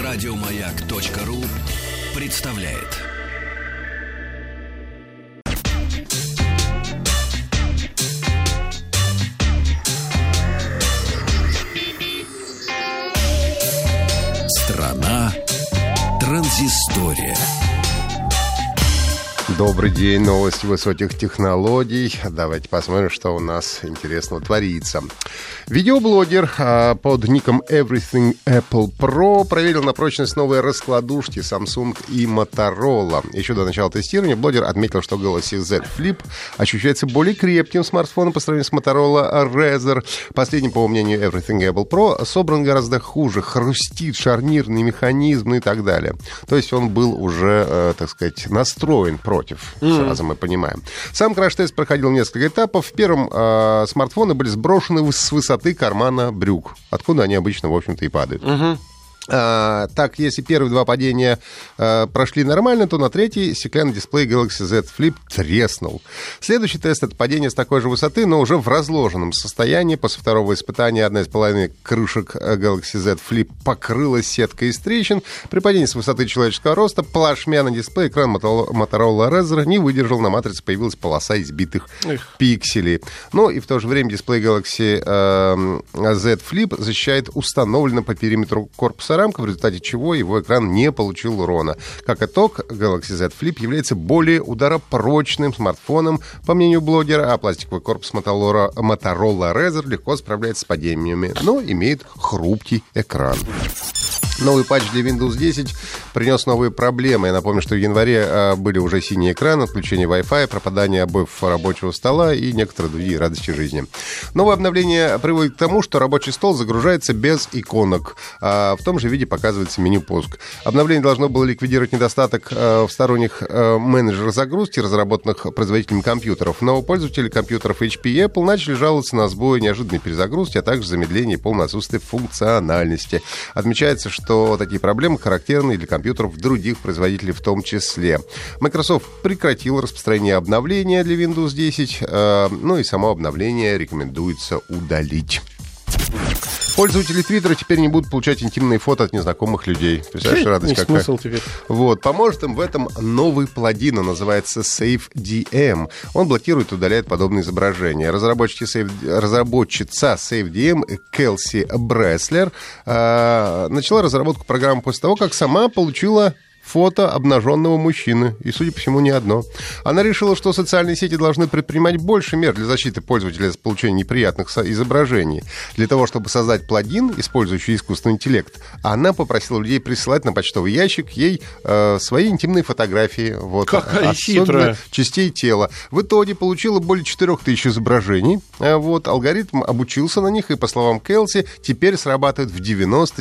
Радиомаяк.ру представляет. Страна транзистория. Добрый день, новости высоких технологий. Давайте посмотрим, что у нас интересного творится. Видеоблогер под ником Everything Apple Pro проверил на прочность новые раскладушки Samsung и Motorola. Еще до начала тестирования блогер отметил, что Galaxy Z Flip ощущается более крепким смартфоном по сравнению с Motorola Razr. Последний, по мнению Everything Apple Pro, собран гораздо хуже, хрустит, шарнирный механизм и так далее. То есть он был уже, так сказать, настроен против. Сразу мы понимаем. Сам краш-тест проходил несколько этапов. В первом смартфоны были сброшены с высоты кармана брюк, откуда они обычно, в общем-то, и падают. Так, если первые два падения прошли нормально, то на третий стеклянный дисплей Galaxy Z Flip треснул. Следующий тест — это падение с такой же высоты, но уже в разложенном состоянии. После второго испытания одна из половины крышек Galaxy Z Flip покрылась сеткой из трещин. При падении с высоты человеческого роста плашмя на дисплее экран Motorola Razr не выдержал, на матрице появилась полоса избитых пикселей. Ну и в то же время дисплей Galaxy Z Flip защищает установленным по периметру корпуса рамка, в результате чего его экран не получил урона. Как итог, Galaxy Z Flip является более ударопрочным смартфоном, по мнению блогера, а пластиковый корпус Motorola Razr легко справляется с падениями, но имеет хрупкий экран. Новый патч для Windows 10 принес новые проблемы. Я напомню, что в январе были уже синий экран, отключение Wi-Fi, пропадание обоев рабочего стола и некоторые другие радости жизни. Новое обновление приводит к тому, что рабочий стол загружается без иконок. В том же виде показывается меню «Пуск». Обновление должно было ликвидировать недостаток в сторонних менеджерах загрузки, разработанных производителями компьютеров. Но пользователи компьютеров HP и Apple начали жаловаться на сбои, неожиданной перезагрузки, а также замедление и полное отсутствие функциональности. Отмечается, что такие проблемы характерны для компьютеров других производителей в том числе. Microsoft прекратил распространение обновления для Windows 10, ну и само обновление рекомендуется удалить. Пользователи Твиттера теперь не будут получать интимные фото от незнакомых людей. Представляешь, радость какая? Смысл теперь. Вот. Поможет им в этом новый плагин. Он называется SafeDM. Он блокирует и удаляет подобные изображения. Разработчица SafeDM Келси Бреслер начала разработку программы после того, как сама получила фото обнаженного мужчины, и, судя по всему, не одно. Она решила, что социальные сети должны предпринимать больше мер для защиты пользователя от получения неприятных изображений. Для того, чтобы создать плагин, использующий искусственный интеллект, она попросила людей присылать на почтовый ящик ей свои интимные фотографии. Вот, какая хитрая. Частей тела. В итоге получила более 4000 изображений. Вот, алгоритм обучился на них, и, по словам Келси, теперь срабатывает в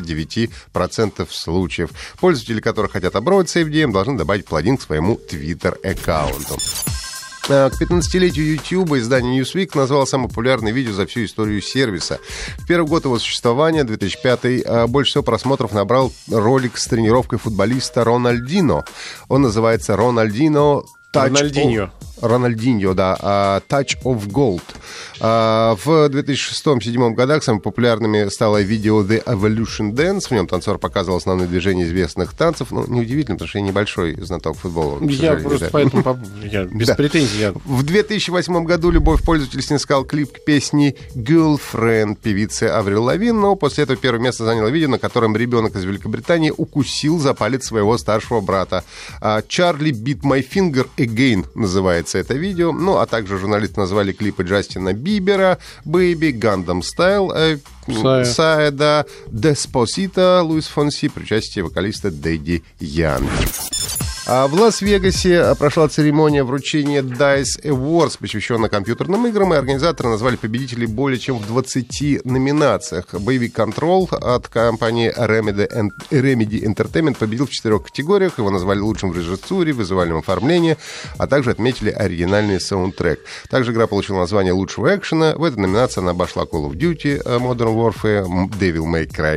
99% случаев. Пользователи, которые хотят обрабатывать SafeDM, должны добавить плагин к своему Twitter-аккаунту. К 15-летию YouTube издание Newsweek назвало самое популярное видео за всю историю сервиса. В первый год его существования, 2005, больше всего просмотров набрал ролик с тренировкой футболиста Рональдинho. Он называется «Рональдинho». Рональдинho, да, Touch of Gold. В 2006-2007 годах самыми популярными стало видео The Evolution Dance. В нем танцор показывал основные движения известных танцев. Ну, неудивительно, потому что я небольшой знаток футбола. Я просто поэтому без претензий. В 2008 году любой пользователь снискал клип к песне Girlfriend певицы Аврил Лавин, но после этого первое место заняло видео, на котором ребенок из Великобритании укусил за палец своего старшего брата. Charlie Beat My Finger Again называется это видео. Ну, а также журналисты назвали клипы Джастина Бибера, Baby, Gangnam Style, Саэда, Despacito, Луис Фонси при участии вокалиста Дэдди Янки. В Лас-Вегасе прошла церемония вручения DICE Awards, посвященная компьютерным играм, и организаторы назвали победителей более чем в 20 номинациях. Боевик Control от компании Remedy Entertainment победил в 4 категориях. Его назвали лучшим в режиссуре, визуальном оформлении, а также отметили оригинальный саундтрек. Также игра получила название лучшего экшена. В этой номинации она обошла Call of Duty, Modern Warfare, Devil May Cry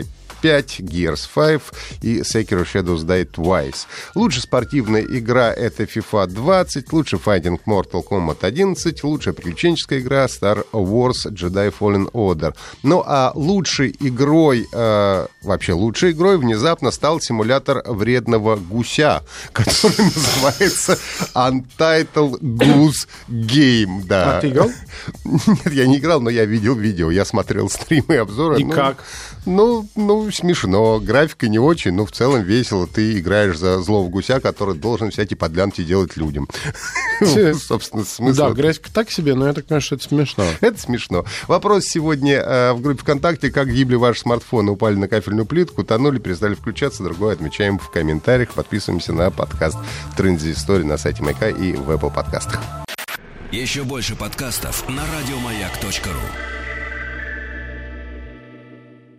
5, Gears 5 и Sekiro Shadows Die Twice. Лучшая спортивная игра — это FIFA 20, лучший файтинг — Mortal Kombat 11, лучшая приключенческая игра — Star Wars Jedi Fallen Order. Ну а лучшей игрой внезапно стал симулятор вредного гуся, который называется Untitled Goose Game. Да. А ты играл? Нет, я не играл, но я видел видео, я смотрел стримы и обзоры. И как? Ну, смешно. Графика не очень, но в целом весело. Ты играешь за злого гуся, который должен всякие подлянки делать людям. Собственно, смысл. Да, графика так себе, но я так понимаю, что это смешно. Это смешно. Вопрос сегодня в группе ВКонтакте. Как гибли ваши смартфоны, упали на кафельную плитку, тонули, перестали включаться. Другое отмечаем в комментариях. Подписываемся на подкаст Транзистория на сайте Маяка и в Apple подкастах. Еще больше подкастов на радиомаяк.ру.